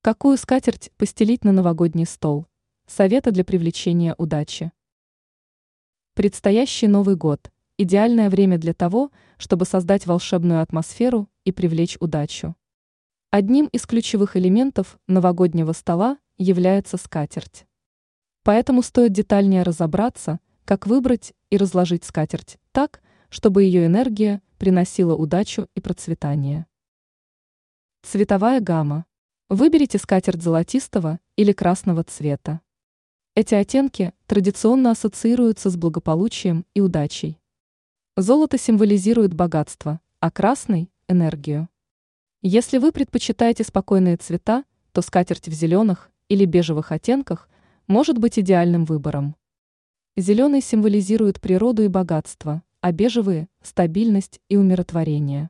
Какую скатерть постелить на новогодний стол? Советы для привлечения удачи. Предстоящий Новый год – идеальное время для того, чтобы создать волшебную атмосферу и привлечь удачу. Одним из ключевых элементов новогоднего стола является скатерть. Поэтому стоит детальнее разобраться, как выбрать и разложить скатерть так, чтобы ее энергия приносила удачу и процветание. Цветовая гамма. Выберите скатерть золотистого или красного цвета. Эти оттенки традиционно ассоциируются с благополучием и удачей. Золото символизирует богатство, а красный – энергию. Если вы предпочитаете спокойные цвета, то скатерть в зеленых или бежевых оттенках может быть идеальным выбором. Зеленый символизирует природу и богатство, а бежевые – стабильность и умиротворение.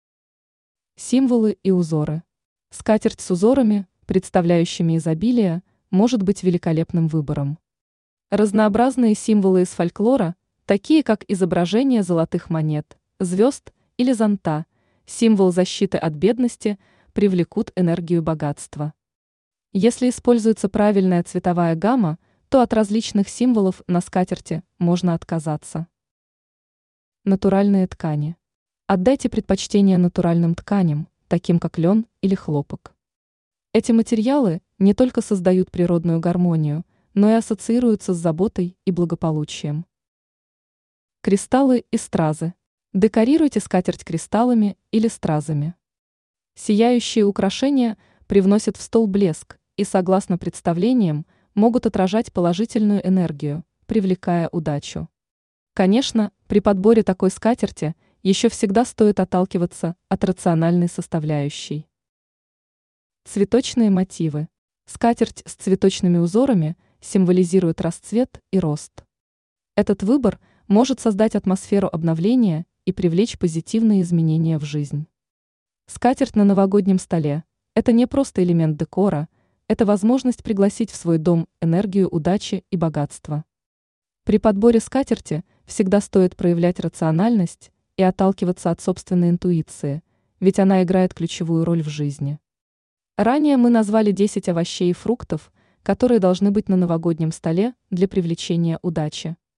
Символы и узоры. Скатерть с узорами, представляющими изобилие, может быть великолепным выбором. Разнообразные символы из фольклора, такие как изображение золотых монет, звезд или зонта, символ защиты от бедности, привлекут энергию богатства. Если используется правильная цветовая гамма, то от различных символов на скатерти можно отказаться. Натуральные ткани. Отдайте предпочтение натуральным тканям, таким как лен или хлопок. Эти материалы не только создают природную гармонию, но и ассоциируются с заботой и благополучием. Кристаллы и стразы. Декорируйте скатерть кристаллами или стразами. Сияющие украшения привносят в стол блеск и, согласно представлениям, могут отражать положительную энергию, привлекая удачу. Конечно, при подборе такой скатерти еще всегда стоит отталкиваться от рациональной составляющей. Цветочные мотивы. Скатерть с цветочными узорами символизирует расцвет и рост. Этот выбор может создать атмосферу обновления и привлечь позитивные изменения в жизнь. Скатерть на новогоднем столе – это не просто элемент декора, это возможность пригласить в свой дом энергию удачи и богатства. При подборе скатерти всегда стоит проявлять рациональность и отталкиваться от собственной интуиции, ведь она играет ключевую роль в жизни. Ранее мы назвали 10 овощей и фруктов, которые должны быть на новогоднем столе для привлечения удачи.